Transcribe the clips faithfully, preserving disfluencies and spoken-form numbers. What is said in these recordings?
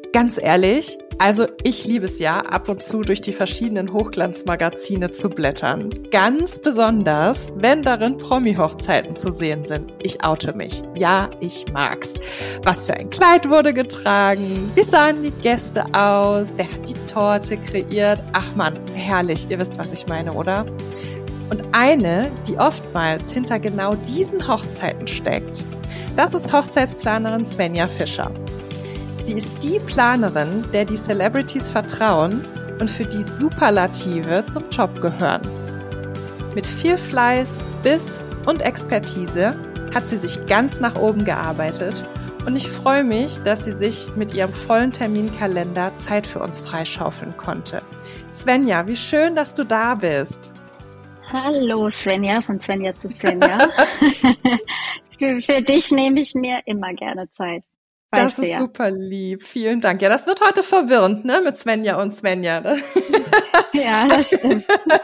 Ganz ehrlich, also ich liebe es ja, ab und zu durch die verschiedenen Hochglanzmagazine zu blättern. Ganz besonders, wenn darin Promi-Hochzeiten zu sehen sind. Ich oute mich. Ja, ich mag's. Was für ein Kleid wurde getragen? Wie sahen die Gäste aus? Wer hat die Torte kreiert? Ach Mann, herrlich. Ihr wisst, was ich meine, oder? Und eine, die oftmals hinter genau diesen Hochzeiten steckt, das ist Hochzeitsplanerin Svenja Fischer. Sie ist die Planerin, der die Celebrities vertrauen und für die Superlative zum Job gehören. Mit viel Fleiß, Biss und Expertise hat sie sich ganz nach oben gearbeitet und ich freue mich, dass sie sich mit ihrem vollen Terminkalender Zeit für uns freischaufeln konnte. Svenja, wie schön, dass du da bist. Hallo Svenja von Svenja zu Svenja. für, für dich nehme ich mir immer gerne Zeit. Weißt das ist ja. Super lieb. Vielen Dank. Ja, das wird heute verwirrend, ne, mit Svenja und Svenja. Ja, das stimmt.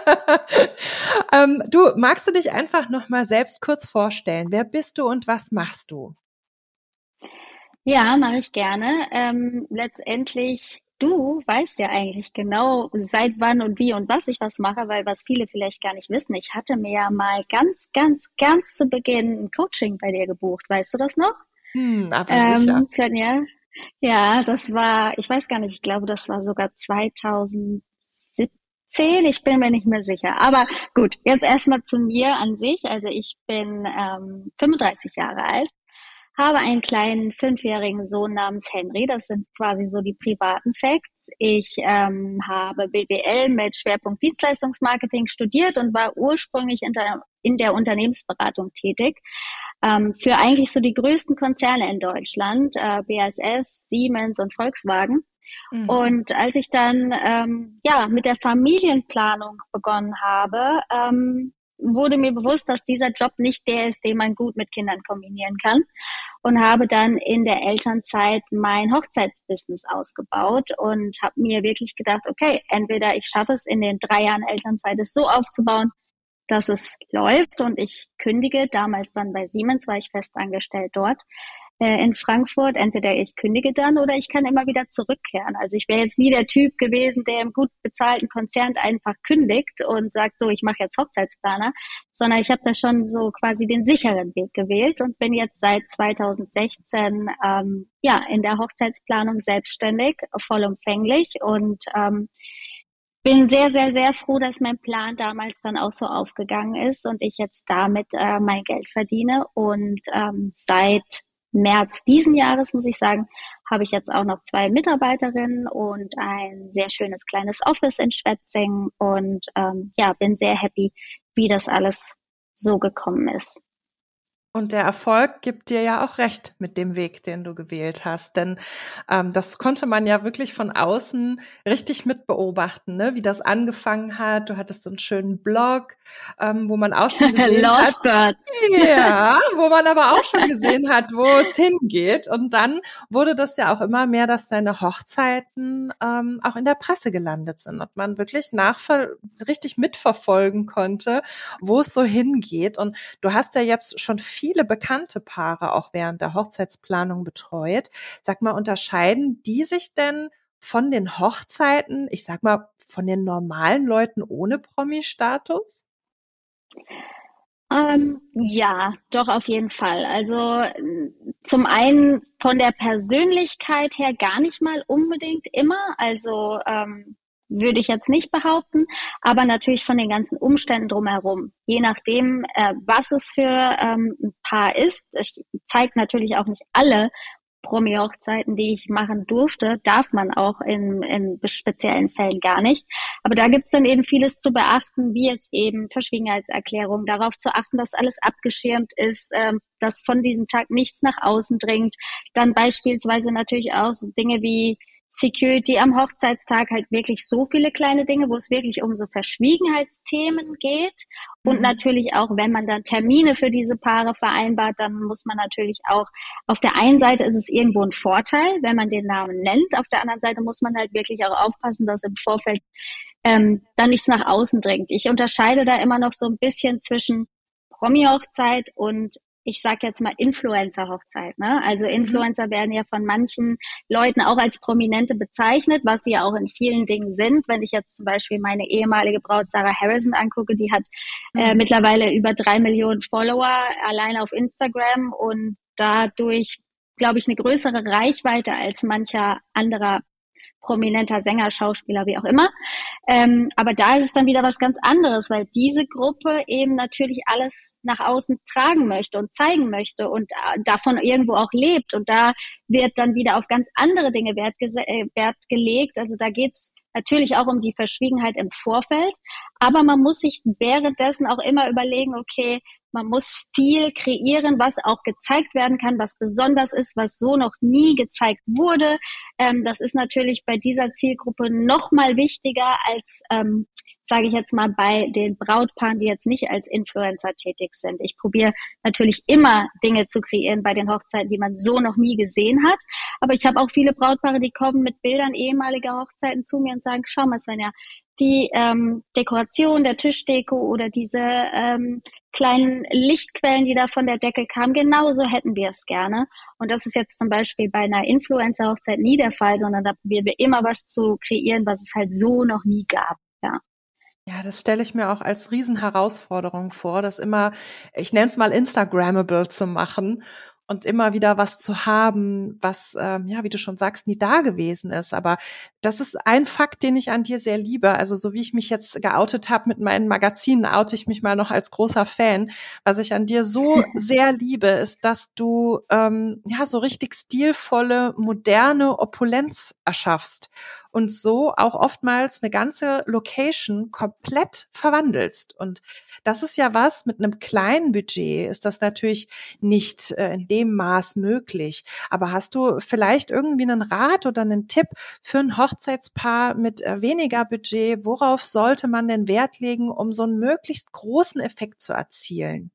ähm, du, magst du dich einfach noch mal selbst kurz vorstellen? Wer bist du und was machst du? Ja, mache ich gerne. Ähm, letztendlich, du weißt ja eigentlich genau, seit wann und wie und was ich was mache, weil was viele vielleicht gar nicht wissen. Ich hatte mir ja mal ganz, ganz, ganz zu Beginn ein Coaching bei dir gebucht. Weißt du das noch? Hm, aber ähm, sicher. Svenja, ja, das war, ich weiß gar nicht, ich glaube, das war sogar zweitausendsiebzehn, ich bin mir nicht mehr sicher. Aber gut, jetzt erstmal zu mir an sich. Also ich bin ähm, fünfunddreißig Jahre alt, habe einen kleinen fünfjährigen Sohn namens Henry. Das sind quasi so die privaten Facts. Ich ähm, habe B W L mit Schwerpunkt Dienstleistungsmarketing studiert und war ursprünglich in der, in der Unternehmensberatung tätig. Ähm, für eigentlich so die größten Konzerne in Deutschland, äh, B A S F, Siemens und Volkswagen. Mhm. Und als ich dann ähm, ja mit der Familienplanung begonnen habe, ähm, wurde mir bewusst, dass dieser Job nicht der ist, den man gut mit Kindern kombinieren kann. Und habe dann in der Elternzeit mein Hochzeitsbusiness ausgebaut und habe mir wirklich gedacht, okay, entweder ich schaffe es in den drei Jahren Elternzeit, es so aufzubauen, dass es läuft und ich kündige, damals dann bei Siemens, war ich fest angestellt dort äh, in Frankfurt, entweder ich kündige dann oder ich kann immer wieder zurückkehren. Also ich wäre jetzt nie der Typ gewesen, der im gut bezahlten Konzern einfach kündigt und sagt, so, ich mache jetzt Hochzeitsplaner, sondern ich habe da schon so quasi den sicheren Weg gewählt und bin jetzt seit zweitausendsechzehn ähm, ja in der Hochzeitsplanung selbstständig, vollumfänglich und ähm, bin sehr, sehr, sehr froh, dass mein Plan damals dann auch so aufgegangen ist und ich jetzt damit äh, mein Geld verdiene. Und ähm, seit März diesen Jahres, muss ich sagen, habe ich jetzt auch noch zwei Mitarbeiterinnen und ein sehr schönes kleines Office in Schwetzingen und ähm, ja, bin sehr happy, wie das alles so gekommen ist. Und der Erfolg gibt dir ja auch recht mit dem Weg, den du gewählt hast. Denn ähm, das konnte man ja wirklich von außen richtig mit beobachten, ne? Wie das angefangen hat. Du hattest so einen schönen Blog, ähm, wo man auch schon gesehen Lost hat, Birds. Ja, wo man aber auch schon gesehen hat, wo es hingeht. Und dann wurde das ja auch immer mehr, dass deine Hochzeiten ähm, auch in der Presse gelandet sind und man wirklich nachver- richtig mitverfolgen konnte, wo es so hingeht. Und du hast ja jetzt schon viel viele bekannte Paare auch während der Hochzeitsplanung betreut. Sag mal, unterscheiden die sich denn von den Hochzeiten, ich sag mal, von den normalen Leuten ohne Promi-Status? Ähm, ja, doch auf jeden Fall. Also zum einen von der Persönlichkeit her gar nicht mal unbedingt immer. Also ähm, würde ich jetzt nicht behaupten, aber natürlich von den ganzen Umständen drumherum. Je nachdem, äh, was es für ähm, ein Paar ist. Ich zeige natürlich auch nicht alle Promi-Hochzeiten, die ich machen durfte, darf man auch in, in speziellen Fällen gar nicht. Aber da gibt's dann eben vieles zu beachten, wie jetzt eben Verschwiegenheitserklärung, darauf zu achten, dass alles abgeschirmt ist, ähm, dass von diesem Tag nichts nach außen dringt. Dann beispielsweise natürlich auch so Dinge wie Security am Hochzeitstag, halt wirklich so viele kleine Dinge, wo es wirklich um so Verschwiegenheitsthemen geht. Und mhm. natürlich auch, wenn man dann Termine für diese Paare vereinbart, dann muss man natürlich auch, auf der einen Seite ist es irgendwo ein Vorteil, wenn man den Namen nennt. Auf der anderen Seite muss man halt wirklich auch aufpassen, dass im Vorfeld ähm, dann nichts nach außen dringt. Ich unterscheide da immer noch so ein bisschen zwischen Promi-Hochzeit und ich sag jetzt mal Influencer-Hochzeit, ne? Also Influencer werden ja von manchen Leuten auch als Prominente bezeichnet, was sie ja auch in vielen Dingen sind. Wenn ich jetzt zum Beispiel meine ehemalige Braut Sarah Harrison angucke, die hat äh, mittlerweile über drei Millionen Follower allein auf Instagram und dadurch, glaube ich, eine größere Reichweite als mancher anderer prominenter Sänger, Schauspieler, wie auch immer. Ähm, aber da ist es dann wieder was ganz anderes, weil diese Gruppe eben natürlich alles nach außen tragen möchte und zeigen möchte und äh, davon irgendwo auch lebt. Und da wird dann wieder auf ganz andere Dinge Wert, äh, Wert gelegt. Also da geht's natürlich auch um die Verschwiegenheit im Vorfeld. Aber man muss sich währenddessen auch immer überlegen, okay, man muss viel kreieren, was auch gezeigt werden kann, was besonders ist, was so noch nie gezeigt wurde. Ähm, das ist natürlich bei dieser Zielgruppe noch mal wichtiger als, ähm, sage ich jetzt mal, bei den Brautpaaren, die jetzt nicht als Influencer tätig sind. Ich probiere natürlich immer Dinge zu kreieren bei den Hochzeiten, die man so noch nie gesehen hat. Aber ich habe auch viele Brautpaare, die kommen mit Bildern ehemaliger Hochzeiten zu mir und sagen, schau mal, Svenja, die ähm, Dekoration der Tischdeko oder diese ähm, kleinen Lichtquellen, die da von der Decke kamen, genauso hätten wir es gerne. Und das ist jetzt zum Beispiel bei einer Influencer-Hochzeit nie der Fall, sondern da probieren wir immer was zu kreieren, was es halt so noch nie gab. Ja. Ja, das stelle ich mir auch als Riesenherausforderung vor, das immer, ich nenne es mal Instagrammable zu machen und immer wieder was zu haben, was, ähm, ja, wie du schon sagst, nie da gewesen ist. Aber das ist ein Fakt, den ich an dir sehr liebe. Also so wie ich mich jetzt geoutet habe mit meinen Magazinen, oute ich mich mal noch als großer Fan. Was ich an dir so sehr liebe, ist, dass du ähm, ja so richtig stilvolle, moderne Opulenz erschaffst und so auch oftmals eine ganze Location komplett verwandelst. Und das ist ja was, mit einem kleinen Budget ist das natürlich nicht äh, in dem Maß möglich. Aber hast du vielleicht irgendwie einen Rat oder einen Tipp für ein Hochzeitspaar mit äh, weniger Budget? Worauf sollte man denn Wert legen, um so einen möglichst großen Effekt zu erzielen?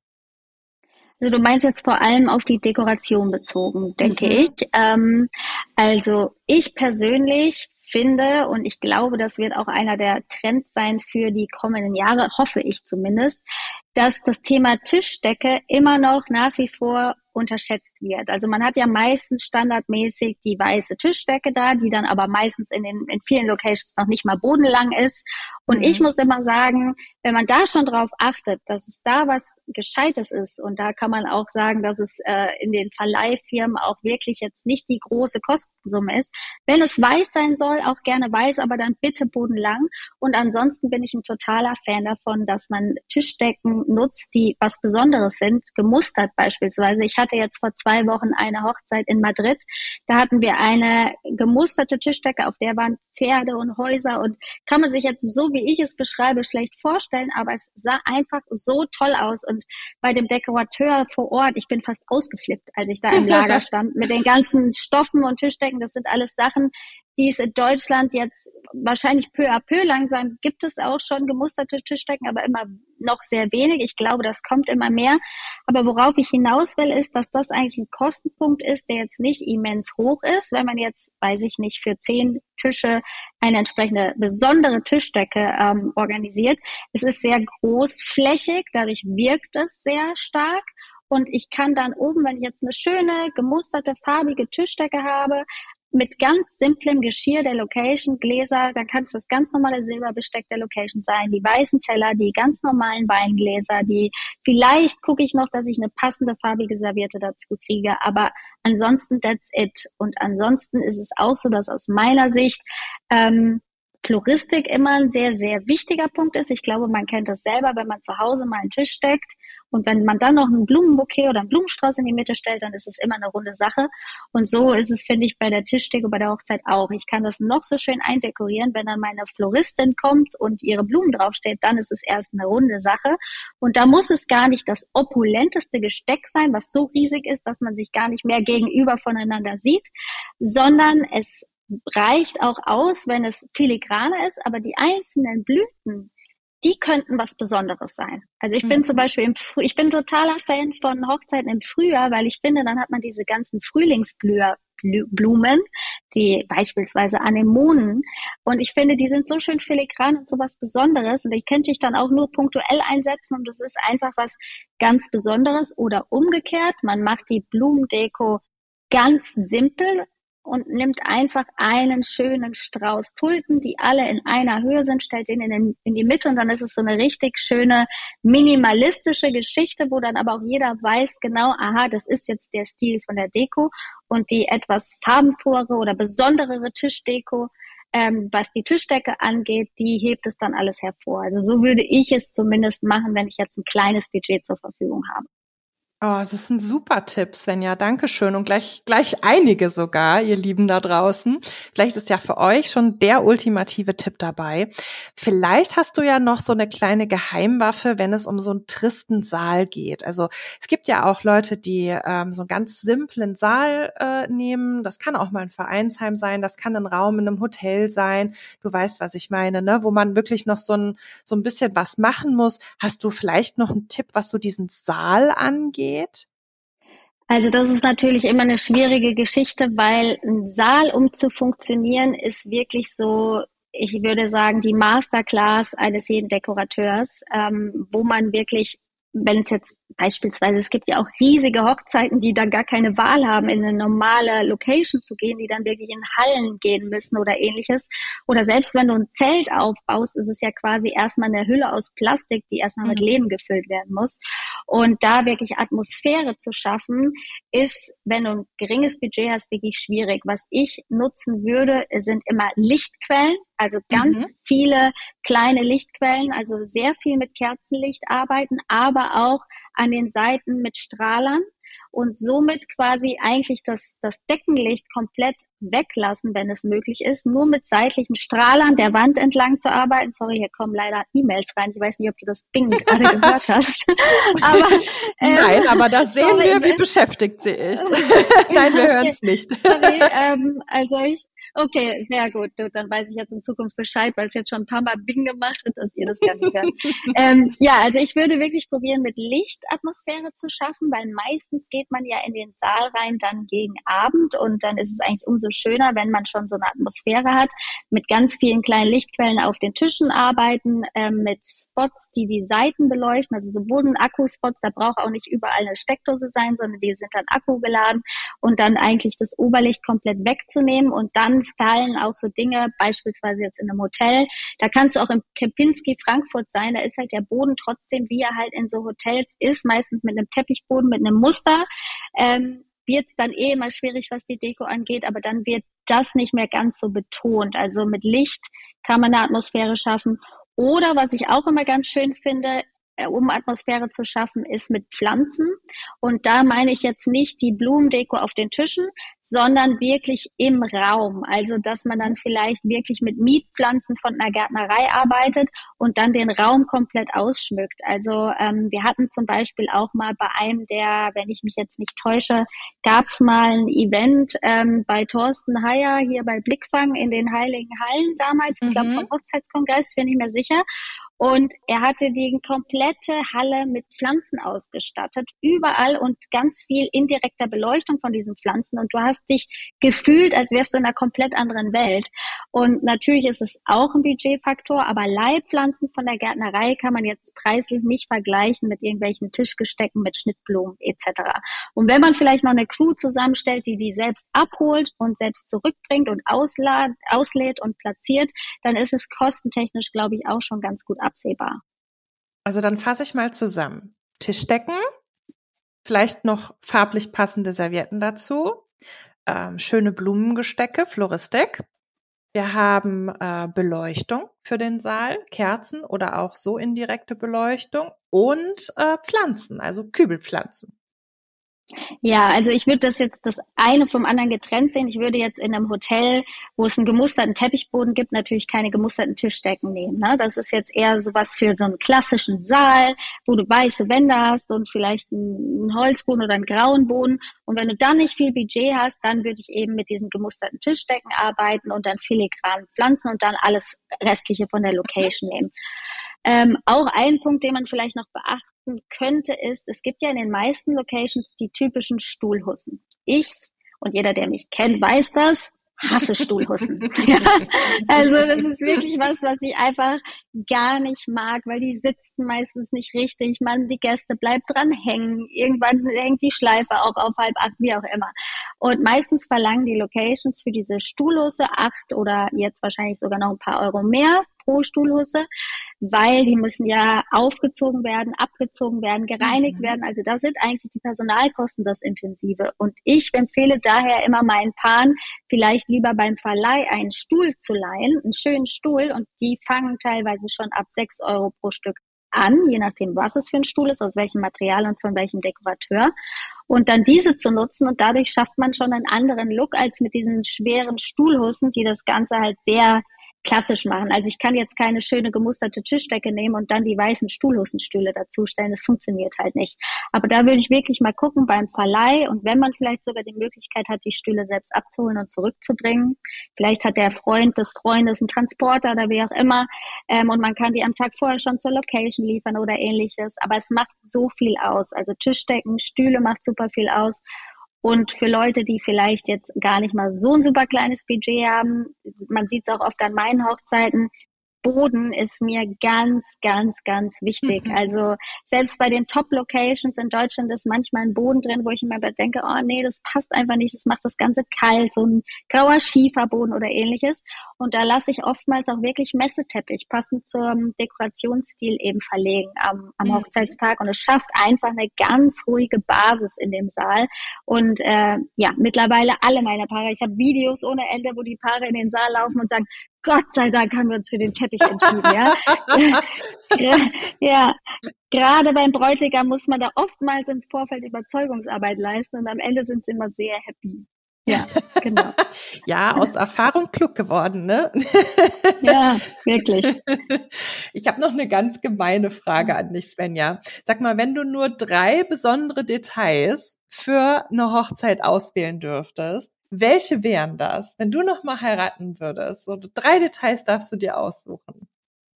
Also du meinst jetzt vor allem auf die Dekoration bezogen, denke Mhm. ich. Ähm, also ich persönlich finde, und ich glaube, das wird auch einer der Trends sein für die kommenden Jahre, hoffe ich zumindest, dass das Thema Tischdecke immer noch nach wie vor unterschätzt wird. Also man hat ja meistens standardmäßig die weiße Tischdecke da, die dann aber meistens in den in vielen Locations noch nicht mal bodenlang ist. Und ich Mhm. muss immer sagen, wenn man da schon drauf achtet, dass es da was Gescheites ist, und da kann man auch sagen, dass es äh, in den Verleihfirmen auch wirklich jetzt nicht die große Kostensumme ist. Wenn es weiß sein soll, auch gerne weiß, aber dann bitte bodenlang. Und ansonsten bin ich ein totaler Fan davon, dass man Tischdecken nutzt, die was Besonderes sind, gemustert beispielsweise. Ich hatte jetzt vor zwei Wochen eine Hochzeit in Madrid. Da hatten wir eine gemusterte Tischdecke, auf der waren Pferde und Häuser, und kann man sich jetzt so, wie ich es beschreibe, schlecht vorstellen, aber es sah einfach so toll aus. Und bei dem Dekorateur vor Ort, ich bin fast ausgeflippt, als ich da im Lager stand mit den ganzen Stoffen und Tischdecken. Das sind alles Sachen, die es in Deutschland jetzt wahrscheinlich peu à peu, langsam gibt es auch schon gemusterte Tischdecken, aber immer noch sehr wenig. Ich glaube, das kommt immer mehr. Aber worauf ich hinaus will, ist, dass das eigentlich ein Kostenpunkt ist, der jetzt nicht immens hoch ist. Wenn man jetzt, weiß ich nicht, für zehn Tische eine entsprechende besondere Tischdecke ähm, organisiert. Es ist sehr großflächig, dadurch wirkt es sehr stark. Und ich kann dann oben, wenn ich jetzt eine schöne, gemusterte, farbige Tischdecke habe, mit ganz simplem Geschirr der Location, Gläser, dann kann es das ganz normale Silberbesteck der Location sein, die weißen Teller, die ganz normalen Weingläser, die vielleicht gucke ich noch, dass ich eine passende farbige Serviette dazu kriege, aber ansonsten that's it. Und ansonsten ist es auch so, dass aus meiner Sicht ähm, Floristik immer ein sehr, sehr wichtiger Punkt ist. Ich glaube, man kennt das selber, wenn man zu Hause mal einen Tisch deckt und wenn man dann noch einen Blumenbouquet oder einen Blumenstrauß in die Mitte stellt, dann ist es immer eine runde Sache. Und so ist es, finde ich, bei der Tischdecke, bei der Hochzeit auch. Ich kann das noch so schön eindekorieren. Wenn dann meine Floristin kommt und ihre Blumen draufstellt, dann ist es erst eine runde Sache. Und da muss es gar nicht das opulenteste Gesteck sein, was so riesig ist, dass man sich gar nicht mehr gegenüber voneinander sieht, sondern es reicht auch aus, wenn es filigraner ist, aber die einzelnen Blüten, die könnten was Besonderes sein. Also ich bin zum Mhm. Beispiel im Früh, ich bin totaler Fan von Hochzeiten im Frühjahr, weil ich finde, dann hat man diese ganzen Frühlingsblüher, Blumen, die beispielsweise Anemonen. Und ich finde, die sind so schön filigran und so was Besonderes. Und die könnte ich dann auch nur punktuell einsetzen. Und das ist einfach was ganz Besonderes. Oder umgekehrt, man macht die Blumendeko ganz simpel und nimmt einfach einen schönen Strauß Tulpen, die alle in einer Höhe sind, stellt den in, den in die Mitte und dann ist es so eine richtig schöne minimalistische Geschichte, wo dann aber auch jeder weiß genau, aha, das ist jetzt der Stil von der Deko und die etwas farbenfrohere oder besonderere Tischdeko, ähm, was die Tischdecke angeht, die hebt es dann alles hervor. Also so würde ich es zumindest machen, wenn ich jetzt ein kleines Budget zur Verfügung habe. Oh, das ist ein super Tipp, Svenja. Dankeschön. Und gleich, gleich einige sogar, ihr Lieben da draußen. Vielleicht ist ja für euch schon der ultimative Tipp dabei. Vielleicht hast du ja noch so eine kleine Geheimwaffe, wenn es um so einen tristen Saal geht. Also es gibt ja auch Leute, die ähm, so einen ganz simplen Saal äh, nehmen. Das kann auch mal ein Vereinsheim sein. Das kann ein Raum in einem Hotel sein. Du weißt, was ich meine, ne? Wo man wirklich noch so ein, so ein bisschen was machen muss. Hast du vielleicht noch einen Tipp, was so diesen Saal angeht? Also das ist natürlich immer eine schwierige Geschichte, weil ein Saal, um zu funktionieren, ist wirklich so, ich würde sagen, die Masterclass eines jeden Dekorateurs, ähm, wo man wirklich, wenn es jetzt beispielsweise, es gibt ja auch riesige Hochzeiten, die dann gar keine Wahl haben, in eine normale Location zu gehen, die dann wirklich in Hallen gehen müssen oder ähnliches. Oder selbst wenn du ein Zelt aufbaust, ist es ja quasi erstmal eine Hülle aus Plastik, die erstmal mit Leben gefüllt werden muss. Und da wirklich Atmosphäre zu schaffen, ist, wenn du ein geringes Budget hast, wirklich schwierig. Was ich nutzen würde, sind immer Lichtquellen, also ganz Mhm. viele kleine Lichtquellen, also sehr viel mit Kerzenlicht arbeiten, aber auch an den Seiten mit Strahlern und somit quasi eigentlich das, das Deckenlicht komplett weglassen, wenn es möglich ist, nur mit seitlichen Strahlern der Wand entlang zu arbeiten. Sorry, hier kommen leider E-Mails rein. Ich weiß nicht, ob du das Bing gerade gehört hast. aber, ähm, Nein, aber da sehen sorry, wir, wie beschäftigt sie ist. Nein, wir hören es nicht. Sorry, ähm, also ich, okay, sehr gut. Du, dann weiß ich jetzt in Zukunft Bescheid, weil es jetzt schon ein paar Mal Bing gemacht hat, dass ihr das gar nicht hört. ähm, ja, also ich würde wirklich probieren, mit Licht Atmosphäre zu schaffen, weil meistens geht man ja in den Saal rein dann gegen Abend und dann ist es eigentlich umso schöner, wenn man schon so eine Atmosphäre hat, mit ganz vielen kleinen Lichtquellen auf den Tischen arbeiten, ähm, mit Spots, die die Seiten beleuchten, also so Boden-Akku-Spots, da braucht auch nicht überall eine Steckdose sein, sondern die sind dann Akku geladen und dann eigentlich das Oberlicht komplett wegzunehmen und dann fallen auch so Dinge, beispielsweise jetzt in einem Hotel, da kannst du auch im Kempinski Frankfurt sein, da ist halt der Boden trotzdem, wie er halt in so Hotels ist, meistens mit einem Teppichboden, mit einem Muster, ähm, wird dann eh immer schwierig, was die Deko angeht, aber dann wird das nicht mehr ganz so betont. Also mit Licht kann man eine Atmosphäre schaffen. Oder was ich auch immer ganz schön finde, um Atmosphäre zu schaffen, ist mit Pflanzen. Und da meine ich jetzt nicht die Blumendeko auf den Tischen, sondern wirklich im Raum. Also, dass man dann vielleicht wirklich mit Mietpflanzen von einer Gärtnerei arbeitet und dann den Raum komplett ausschmückt. Also, ähm, wir hatten zum Beispiel auch mal bei einem der, wenn ich mich jetzt nicht täusche, gab es mal ein Event ähm, bei Thorsten Heyer hier bei Blickfang in den Heiligen Hallen damals, ich glaube vom Mhm. Hochzeitskongress, bin ich mir sicher. Und er hatte die komplette Halle mit Pflanzen ausgestattet, überall und ganz viel indirekter Beleuchtung von diesen Pflanzen. Und du hast dich gefühlt, als wärst du in einer komplett anderen Welt. Und natürlich ist es auch ein Budgetfaktor, aber Leihpflanzen von der Gärtnerei kann man jetzt preislich nicht vergleichen mit irgendwelchen Tischgestecken mit Schnittblumen et cetera. Und wenn man vielleicht noch eine Crew zusammenstellt, die die selbst abholt und selbst zurückbringt und auslad, auslädt und platziert, dann ist es kostentechnisch, glaube ich, auch schon ganz gut absehbar. Also dann fasse ich mal zusammen. Tischdecken, vielleicht noch farblich passende Servietten dazu, ähm, schöne Blumengestecke, Floristik. Wir haben äh, Beleuchtung für den Saal, Kerzen oder auch so indirekte Beleuchtung und äh, Pflanzen, also Kübelpflanzen. Ja, also ich würde das jetzt das eine vom anderen getrennt sehen. Ich würde jetzt in einem Hotel, wo es einen gemusterten Teppichboden gibt, natürlich keine gemusterten Tischdecken nehmen. Ne? Das ist jetzt eher sowas für so einen klassischen Saal, wo du weiße Wände hast und vielleicht einen Holzboden oder einen grauen Boden. Und wenn du dann nicht viel Budget hast, dann würde ich eben mit diesen gemusterten Tischdecken arbeiten und dann filigranen Pflanzen und dann alles Restliche von der Location nehmen. Ähm, auch ein Punkt, den man vielleicht noch beachten könnte, ist, es gibt ja in den meisten Locations die typischen Stuhlhussen. Ich und jeder, der mich kennt, weiß das, hasse Stuhlhussen. Ja, also das ist wirklich was, was ich einfach gar nicht mag, weil die sitzen meistens nicht richtig. Man, die Gäste bleibt dran hängen. Irgendwann hängt die Schleife auch auf halb acht, wie auch immer. Und meistens verlangen die Locations für diese Stuhlhusse acht oder jetzt wahrscheinlich sogar noch ein paar Euro mehr pro Stuhlhusse, weil die müssen ja aufgezogen werden, abgezogen werden, gereinigt mhm. werden. Also da sind eigentlich die Personalkosten das Intensive. Und ich empfehle daher immer meinen Paaren, vielleicht lieber beim Verleih einen Stuhl zu leihen, einen schönen Stuhl. Und die fangen teilweise schon ab sechs Euro pro Stück an, je nachdem, was es für ein Stuhl ist, aus welchem Material und von welchem Dekorateur. Und dann diese zu nutzen und dadurch schafft man schon einen anderen Look als mit diesen schweren Stuhlhussen, die das Ganze halt sehr klassisch machen. Also ich kann jetzt keine schöne gemusterte Tischdecke nehmen und dann die weißen Stuhlhussenstühle dazustellen. Das funktioniert halt nicht. Aber da würde ich wirklich mal gucken beim Verleih und wenn man vielleicht sogar die Möglichkeit hat, die Stühle selbst abzuholen und zurückzubringen. Vielleicht hat der Freund des Freundes einen Transporter oder wie auch immer ähm, und man kann die am Tag vorher schon zur Location liefern oder ähnliches. Aber es macht so viel aus. Also Tischdecken, Stühle macht super viel aus. Und für Leute, die vielleicht jetzt gar nicht mal so ein super kleines Budget haben, man sieht es auch oft an meinen Hochzeiten, Boden ist mir ganz, ganz, ganz wichtig. Mhm. Also selbst bei den Top-Locations in Deutschland ist manchmal ein Boden drin, wo ich immer denke, oh nee, das passt einfach nicht, das macht das Ganze kalt, so ein grauer Schieferboden oder ähnliches. Und da lasse ich oftmals auch wirklich Messeteppich passend zum Dekorationsstil eben verlegen am, am mhm. Hochzeitstag. Und es schafft einfach eine ganz ruhige Basis in dem Saal. Und äh, ja, mittlerweile alle meine Paare, ich habe Videos ohne Ende, wo die Paare in den Saal laufen und sagen, Gott sei Dank haben wir uns für den Teppich entschieden, ja. Ja, gerade beim Bräutigam muss man da oftmals im Vorfeld Überzeugungsarbeit leisten und am Ende sind sie immer sehr happy. Ja, genau. Ja, aus Erfahrung klug geworden, ne? Ja, wirklich. Ich habe noch eine ganz gemeine Frage an dich, Svenja. Sag mal, wenn du nur drei besondere Details für eine Hochzeit auswählen dürftest, welche wären das, wenn du noch mal heiraten würdest? So drei Details darfst du dir aussuchen.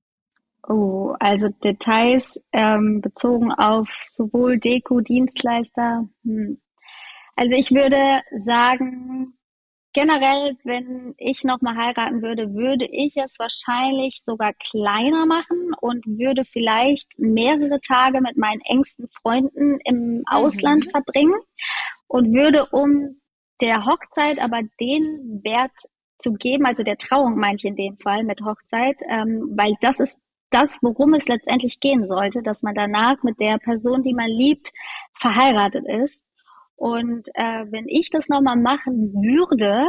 Oh, also Details ähm, bezogen auf sowohl Deko, Dienstleister. Hm. Also ich würde sagen, generell, wenn ich noch mal heiraten würde, würde ich es wahrscheinlich sogar kleiner machen und würde vielleicht mehrere Tage mit meinen engsten Freunden im mhm. Ausland verbringen und würde um der Hochzeit aber den Wert zu geben, also der Trauung meine ich in dem Fall mit Hochzeit, ähm, weil das ist das, worum es letztendlich gehen sollte, dass man danach mit der Person, die man liebt, verheiratet ist. Und äh, wenn ich das nochmal machen würde,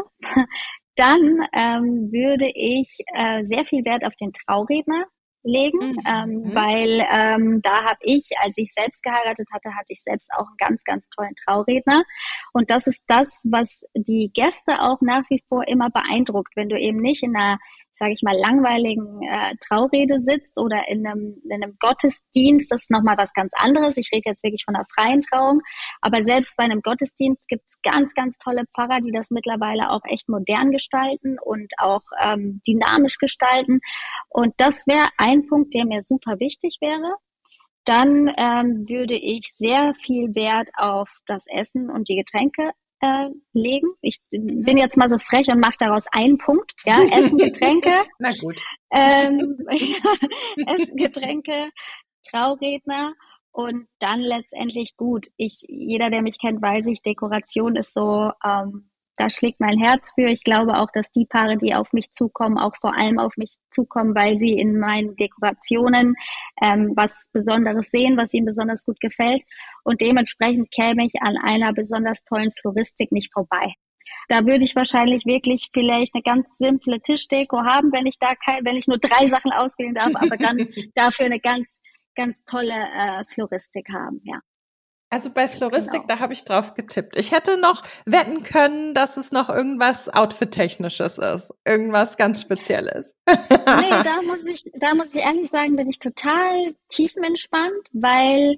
dann ähm, würde ich äh, sehr viel Wert auf den Trauredner legen, mhm. ähm, weil ähm, da habe ich, als ich selbst geheiratet hatte, hatte ich selbst auch einen ganz, ganz tollen Trauredner. Und das ist das, was die Gäste auch nach wie vor immer beeindruckt, wenn du eben nicht in einer, sage ich mal, langweiligen äh, Traurede sitzt oder in einem, in einem Gottesdienst, das ist nochmal was ganz anderes. Ich rede jetzt wirklich von einer freien Trauung, aber selbst bei einem Gottesdienst gibt's ganz, ganz tolle Pfarrer, die das mittlerweile auch echt modern gestalten und auch ähm, dynamisch gestalten. Und das wäre ein Punkt, der mir super wichtig wäre. Dann ähm, würde ich sehr viel Wert auf das Essen und die Getränke Äh, legen. Ich bin jetzt mal so frech und mache daraus einen Punkt. Ja, Essen, Getränke. Na gut. Ähm, Essen, Getränke, Trauredner und dann letztendlich gut. Ich, jeder, der mich kennt, weiß ich, Dekoration ist so, ähm, da schlägt mein Herz für. Ich glaube auch, dass die Paare, die auf mich zukommen, auch vor allem auf mich zukommen, weil sie in meinen Dekorationen ähm, was Besonderes sehen, was ihnen besonders gut gefällt. Und dementsprechend käme ich an einer besonders tollen Floristik nicht vorbei. Da würde ich wahrscheinlich wirklich vielleicht eine ganz simple Tischdeko haben, wenn ich da kein, wenn ich nur drei Sachen auswählen darf, aber dann dafür eine ganz, ganz tolle äh, Floristik haben, ja. Also bei Floristik, genau. Da habe ich drauf getippt. Ich hätte noch wetten können, dass es noch irgendwas Outfit-Technisches ist. Irgendwas ganz Spezielles. Nee, da muss ich, da muss ich ehrlich sagen, bin ich total tiefenentspannt, weil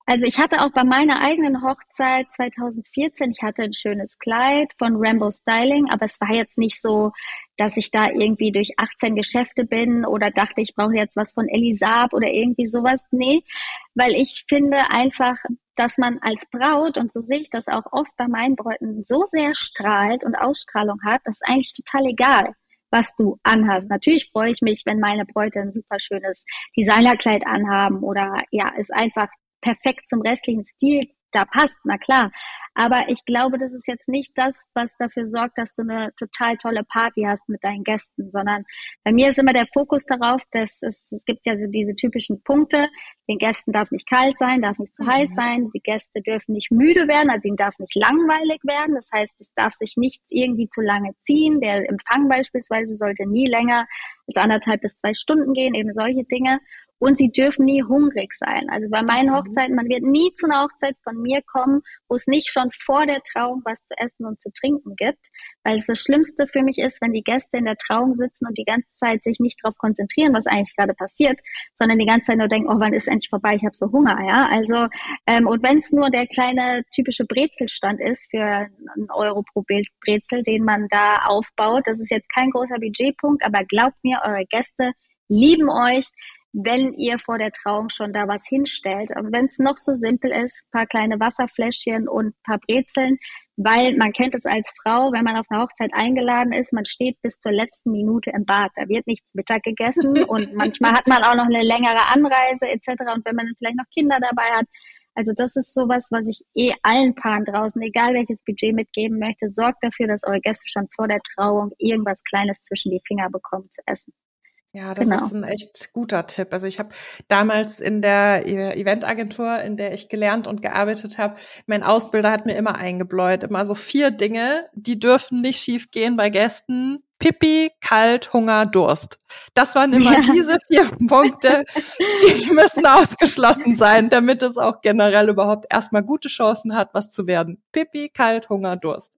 Also ich hatte auch bei meiner eigenen Hochzeit zwanzig vierzehn, ich hatte ein schönes Kleid von Rambo Styling, aber es war jetzt nicht so, dass ich da irgendwie durch achtzehn Geschäfte bin oder dachte, ich brauche jetzt was von Elisab oder irgendwie sowas. Nee, weil ich finde einfach, dass man als Braut, und so sehe ich das auch oft bei meinen Bräuten, so sehr strahlt und Ausstrahlung hat, das ist eigentlich total egal, was du anhast. Natürlich freue ich mich, wenn meine Bräute ein super schönes Designerkleid anhaben oder ja, ist einfach perfekt zum restlichen Stil da passt, na klar. Aber ich glaube, das ist jetzt nicht das, was dafür sorgt, dass du eine total tolle Party hast mit deinen Gästen, sondern bei mir ist immer der Fokus darauf, dass es, es gibt ja so diese typischen Punkte, den Gästen darf nicht kalt sein, darf nicht zu mhm. heiß sein, die Gäste dürfen nicht müde werden, also ihnen darf nicht langweilig werden, das heißt, es darf sich nichts irgendwie zu lange ziehen, der Empfang beispielsweise sollte nie länger als anderthalb bis zwei Stunden gehen, eben solche Dinge. Und sie dürfen nie hungrig sein. Also bei meinen Hochzeiten, man wird nie zu einer Hochzeit von mir kommen, wo es nicht schon vor der Trauung was zu essen und zu trinken gibt. Weil es das Schlimmste für mich ist, wenn die Gäste in der Trauung sitzen und die ganze Zeit sich nicht darauf konzentrieren, was eigentlich gerade passiert, sondern die ganze Zeit nur denken, oh, wann ist endlich vorbei, ich habe so Hunger. Ja, also ähm, und wenn es nur der kleine typische Brezelstand ist für einen Euro pro Brezel, den man da aufbaut, das ist jetzt kein großer Budgetpunkt, aber glaubt mir, eure Gäste lieben euch, wenn ihr vor der Trauung schon da was hinstellt. Und wenn es noch so simpel ist, paar kleine Wasserfläschchen und paar Brezeln, weil man kennt es als Frau, wenn man auf eine Hochzeit eingeladen ist, man steht bis zur letzten Minute im Bad. Da wird nichts Mittag gegessen und manchmal hat man auch noch eine längere Anreise et cetera. Und wenn man dann vielleicht noch Kinder dabei hat, also das ist sowas, was ich eh allen Paaren draußen, egal welches Budget mitgeben möchte, sorgt dafür, dass eure Gäste schon vor der Trauung irgendwas Kleines zwischen die Finger bekommen zu essen. Ja, das Genau. ist ein echt guter Tipp. Also ich habe damals in der Eventagentur, in der ich gelernt und gearbeitet habe, mein Ausbilder hat mir immer eingebläut, immer so vier Dinge, die dürfen nicht schief gehen bei Gästen. Pipi, Kalt, Hunger, Durst. Das waren immer ja. diese vier Punkte, die müssen ausgeschlossen sein, damit es auch generell überhaupt erstmal gute Chancen hat, was zu werden. Pipi, Kalt, Hunger, Durst.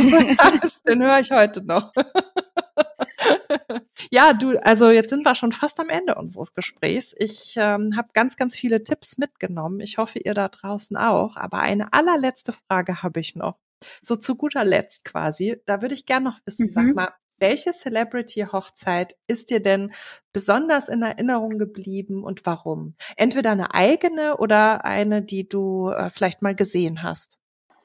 Den höre ich heute noch. Ja, du, also jetzt sind wir schon fast am Ende unseres Gesprächs. Ich ähm, habe ganz, ganz viele Tipps mitgenommen. Ich hoffe, ihr da draußen auch. Aber eine allerletzte Frage habe ich noch. So zu guter Letzt quasi. Da würde ich gerne noch wissen, mhm. sag mal, welche Celebrity-Hochzeit ist dir denn besonders in Erinnerung geblieben und warum? Entweder eine eigene oder eine, die du äh, vielleicht mal gesehen hast.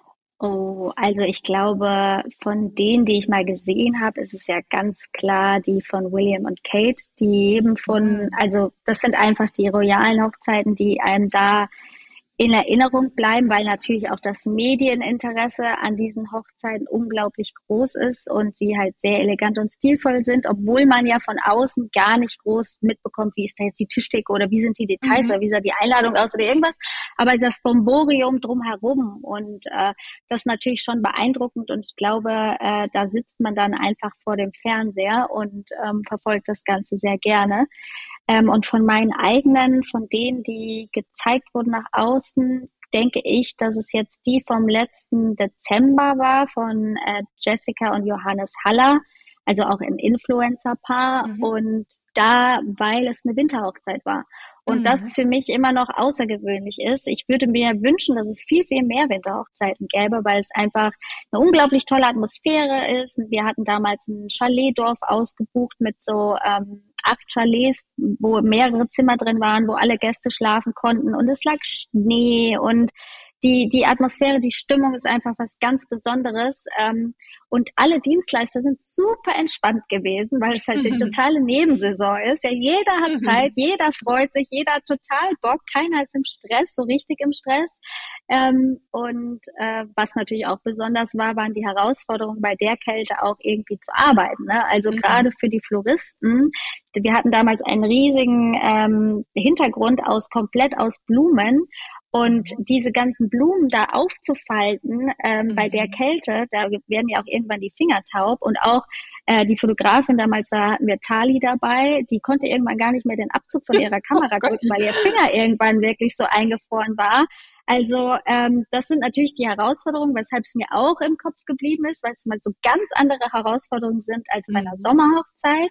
Oh, also ich glaube, von denen, die ich mal gesehen habe, ist es ja ganz klar die von William und Kate, die eben von, also das sind einfach die royalen Hochzeiten, die einem da in Erinnerung bleiben, weil natürlich auch das Medieninteresse an diesen Hochzeiten unglaublich groß ist und sie halt sehr elegant und stilvoll sind, obwohl man ja von außen gar nicht groß mitbekommt, wie ist da jetzt die Tischdecke oder wie sind die Details mhm. oder wie sah die Einladung aus oder irgendwas. Aber das Bomborium drumherum und äh, das ist natürlich schon beeindruckend und ich glaube, äh, da sitzt man dann einfach vor dem Fernseher und ähm, verfolgt das Ganze sehr gerne. Ähm, und von meinen eigenen, von denen, die gezeigt wurden nach außen, denke ich, dass es jetzt die vom letzten Dezember war, von äh, Jessica und Johannes Haller, also auch ein Influencer-Paar. Mhm. Und da, weil es eine Winterhochzeit war. Und mhm. das für mich immer noch außergewöhnlich ist. Ich würde mir wünschen, dass es viel, viel mehr Winterhochzeiten gäbe, weil es einfach eine unglaublich tolle Atmosphäre ist. Wir hatten damals ein Chaletdorf ausgebucht mit so ähm, acht Chalets, wo mehrere Zimmer drin waren, wo alle Gäste schlafen konnten und es lag Schnee und die die Atmosphäre, die Stimmung ist einfach was ganz Besonderes ähm, und alle Dienstleister sind super entspannt gewesen, weil es halt die totale Nebensaison ist. Ja, jeder hat Zeit, jeder freut sich, jeder hat total Bock, keiner ist im Stress, so richtig im Stress. Ähm, und äh, was natürlich auch besonders war, waren die Herausforderungen bei der Kälte auch irgendwie zu arbeiten. Ne? Also mhm. gerade für die Floristen, wir hatten damals einen riesigen ähm, Hintergrund aus komplett aus Blumen. Und diese ganzen Blumen da aufzufalten ähm, mhm. bei der Kälte, da werden ja auch irgendwann die Finger taub. Und auch äh, die Fotografin damals, da hatten wir Tali dabei, die konnte irgendwann gar nicht mehr den Abzug von ihrer Kamera oh drücken, weil ihr Finger irgendwann wirklich so eingefroren war. Also ähm, das sind natürlich die Herausforderungen, weshalb es mir auch im Kopf geblieben ist, weil es mal so ganz andere Herausforderungen sind als bei einer Sommerhochzeit.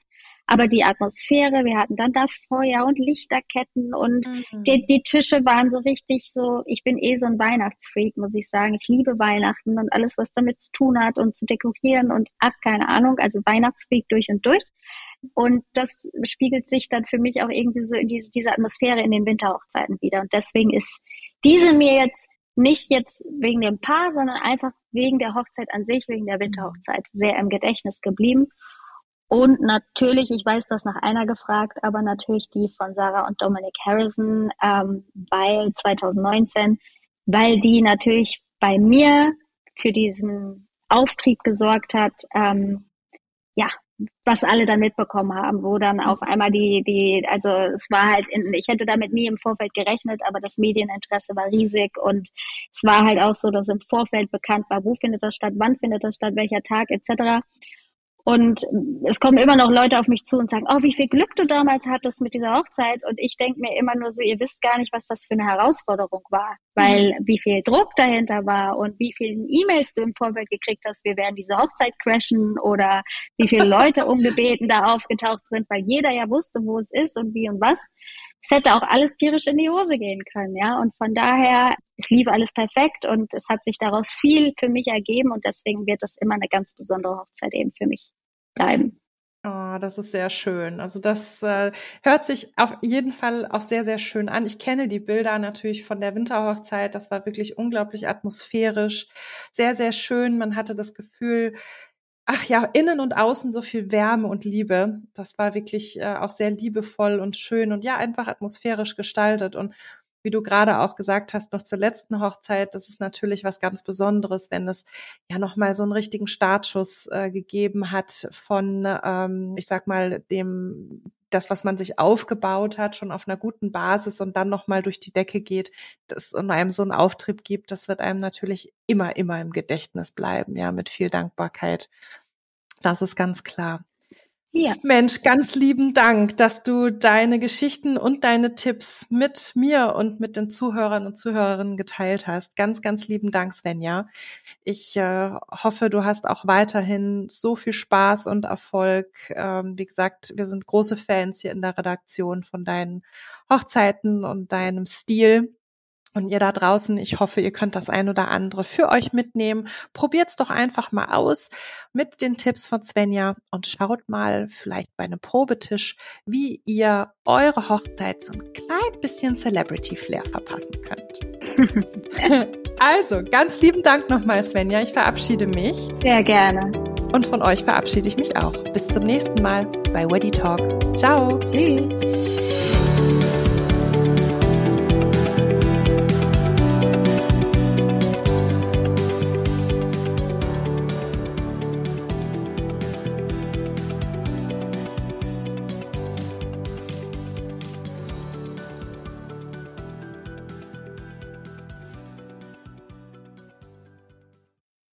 Aber die Atmosphäre, wir hatten dann da Feuer und Lichterketten und mhm. die, die Tische waren so richtig so, ich bin eh so ein Weihnachtsfreak, muss ich sagen. Ich liebe Weihnachten und alles, was damit zu tun hat und zu dekorieren und ach, keine Ahnung, also Weihnachtsfreak durch und durch. Und das spiegelt sich dann für mich auch irgendwie so in diese, diese Atmosphäre in den Winterhochzeiten wieder. Und deswegen ist diese mir jetzt nicht jetzt wegen dem Paar, sondern einfach wegen der Hochzeit an sich, wegen der Winterhochzeit sehr im Gedächtnis geblieben. Und natürlich, ich weiß, du hast nach einer gefragt, aber natürlich die von Sarah und Dominic Harrison, ähm, weil zwanzig neunzehn, weil die natürlich bei mir für diesen Auftrieb gesorgt hat, ähm, ja, was alle dann mitbekommen haben, wo dann auf einmal die, die, also es war halt, in, ich hätte damit nie im Vorfeld gerechnet, aber das Medieninteresse war riesig und es war halt auch so, dass im Vorfeld bekannt war, wo findet das statt, wann findet das statt, welcher Tag et cetera. Und es kommen immer noch Leute auf mich zu und sagen, oh, wie viel Glück du damals hattest mit dieser Hochzeit. Und ich denke mir immer nur so, ihr wisst gar nicht, was das für eine Herausforderung war. Weil wie viel Druck dahinter war und wie viele E-Mails du im Vorfeld gekriegt hast, wir werden diese Hochzeit crashen oder wie viele Leute ungebeten da aufgetaucht sind, weil jeder ja wusste, wo es ist und wie und was. Es hätte auch alles tierisch in die Hose gehen können, ja. Und von daher, es lief alles perfekt und es hat sich daraus viel für mich ergeben und deswegen wird das immer eine ganz besondere Hochzeit eben für mich bleiben. Oh, das ist sehr schön. Also das äh, hört sich auf jeden Fall auch sehr, sehr schön an. Ich kenne die Bilder natürlich von der Winterhochzeit. Das war wirklich unglaublich atmosphärisch, sehr, sehr schön. Man hatte das Gefühl, ach ja, innen und außen so viel Wärme und Liebe. Das war wirklich äh, auch sehr liebevoll und schön und ja, einfach atmosphärisch gestaltet. Und wie du gerade auch gesagt hast, noch zur letzten Hochzeit, das ist natürlich was ganz Besonderes, wenn es ja nochmal so einen richtigen Startschuss äh, gegeben hat von, ähm, ich sag mal, dem, das, was man sich aufgebaut hat, schon auf einer guten Basis und dann nochmal durch die Decke geht, das und einem so einen Auftrieb gibt, das wird einem natürlich immer, immer im Gedächtnis bleiben, ja, mit viel Dankbarkeit. Das ist ganz klar. Ja. Mensch, ganz lieben Dank, dass du deine Geschichten und deine Tipps mit mir und mit den Zuhörern und Zuhörerinnen geteilt hast. Ganz, ganz lieben Dank, Svenja. Ich äh, hoffe, du hast auch weiterhin so viel Spaß und Erfolg. Ähm, wie gesagt, wir sind große Fans hier in der Redaktion von deinen Hochzeiten und deinem Stil. Und ihr da draußen, ich hoffe, ihr könnt das ein oder andere für euch mitnehmen. Probiert's doch einfach mal aus mit den Tipps von Svenja und schaut mal vielleicht bei einem Probetisch, wie ihr eure Hochzeit so ein klein bisschen Celebrity-Flair verpassen könnt. Also, ganz lieben Dank nochmal, Svenja. Ich verabschiede mich. Sehr gerne. Und von euch verabschiede ich mich auch. Bis zum nächsten Mal bei Weddy Talk. Ciao. Tschüss.